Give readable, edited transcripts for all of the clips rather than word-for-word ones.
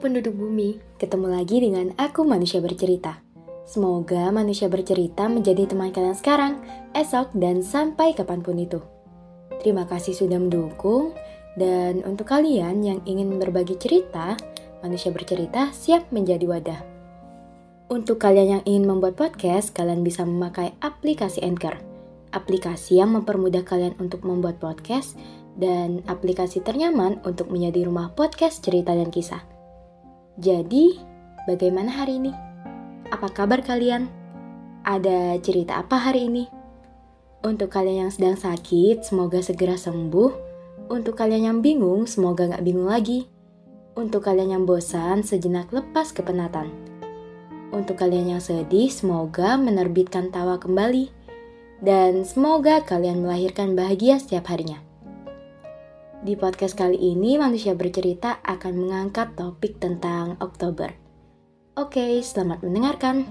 penduduk bumi, ketemu lagi dengan aku Manusia Bercerita. Semoga Manusia Bercerita menjadi teman kalian sekarang, esok, dan sampai kapanpun itu. Terima kasih sudah mendukung, dan untuk kalian yang ingin berbagi cerita, Manusia Bercerita siap menjadi wadah. Untuk kalian yang ingin membuat podcast, kalian bisa memakai aplikasi Anchor. Aplikasi yang mempermudah kalian untuk membuat podcast, dan aplikasi ternyaman untuk menjadi rumah podcast cerita dan kisah. Jadi, bagaimana hari ini? Apa kabar kalian? Ada cerita apa hari ini? Untuk kalian yang sedang sakit, semoga segera sembuh. Untuk kalian yang bingung, semoga gak bingung lagi. Untuk kalian yang bosan, sejenak lepas kepenatan. Untuk kalian yang sedih, semoga menerbitkan tawa kembali. Dan semoga kalian melahirkan bahagia setiap harinya. Di podcast kali ini, Manusia Bercerita akan mengangkat topik tentang Oktober. Oke, selamat mendengarkan.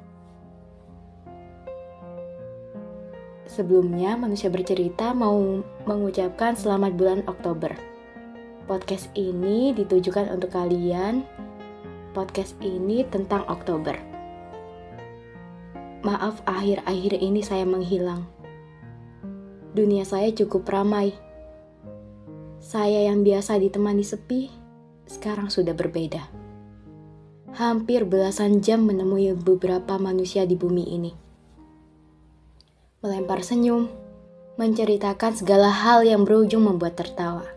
Sebelumnya, Manusia Bercerita mau mengucapkan selamat bulan Oktober. Podcast ini ditujukan untuk kalian. Podcast ini tentang Oktober. Maaf, akhir-akhir ini saya menghilang. Dunia saya cukup ramai. Saya yang biasa ditemani sepi, sekarang sudah berbeda. Hampir belasan jam menemui beberapa manusia di bumi ini. Melempar senyum, menceritakan segala hal yang berujung membuat tertawa.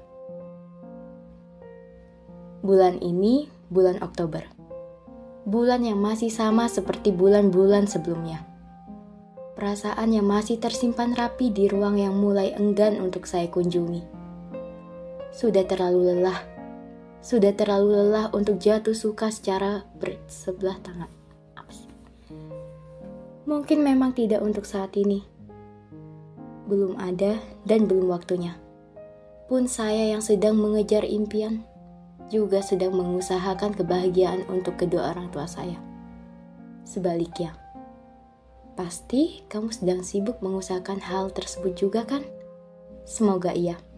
Bulan ini, bulan Oktober. Bulan yang masih sama seperti bulan-bulan sebelumnya. Perasaan yang masih tersimpan rapi di ruang yang mulai enggan untuk saya kunjungi. Sudah terlalu lelah untuk jatuh suka secara bersebelah tangan. Mungkin memang tidak untuk saat ini. Belum ada dan belum waktunya. Pun saya yang sedang mengejar impian, juga sedang mengusahakan kebahagiaan untuk kedua orang tua saya. Sebaliknya, pasti kamu sedang sibuk mengusahakan hal tersebut juga kan? Semoga iya.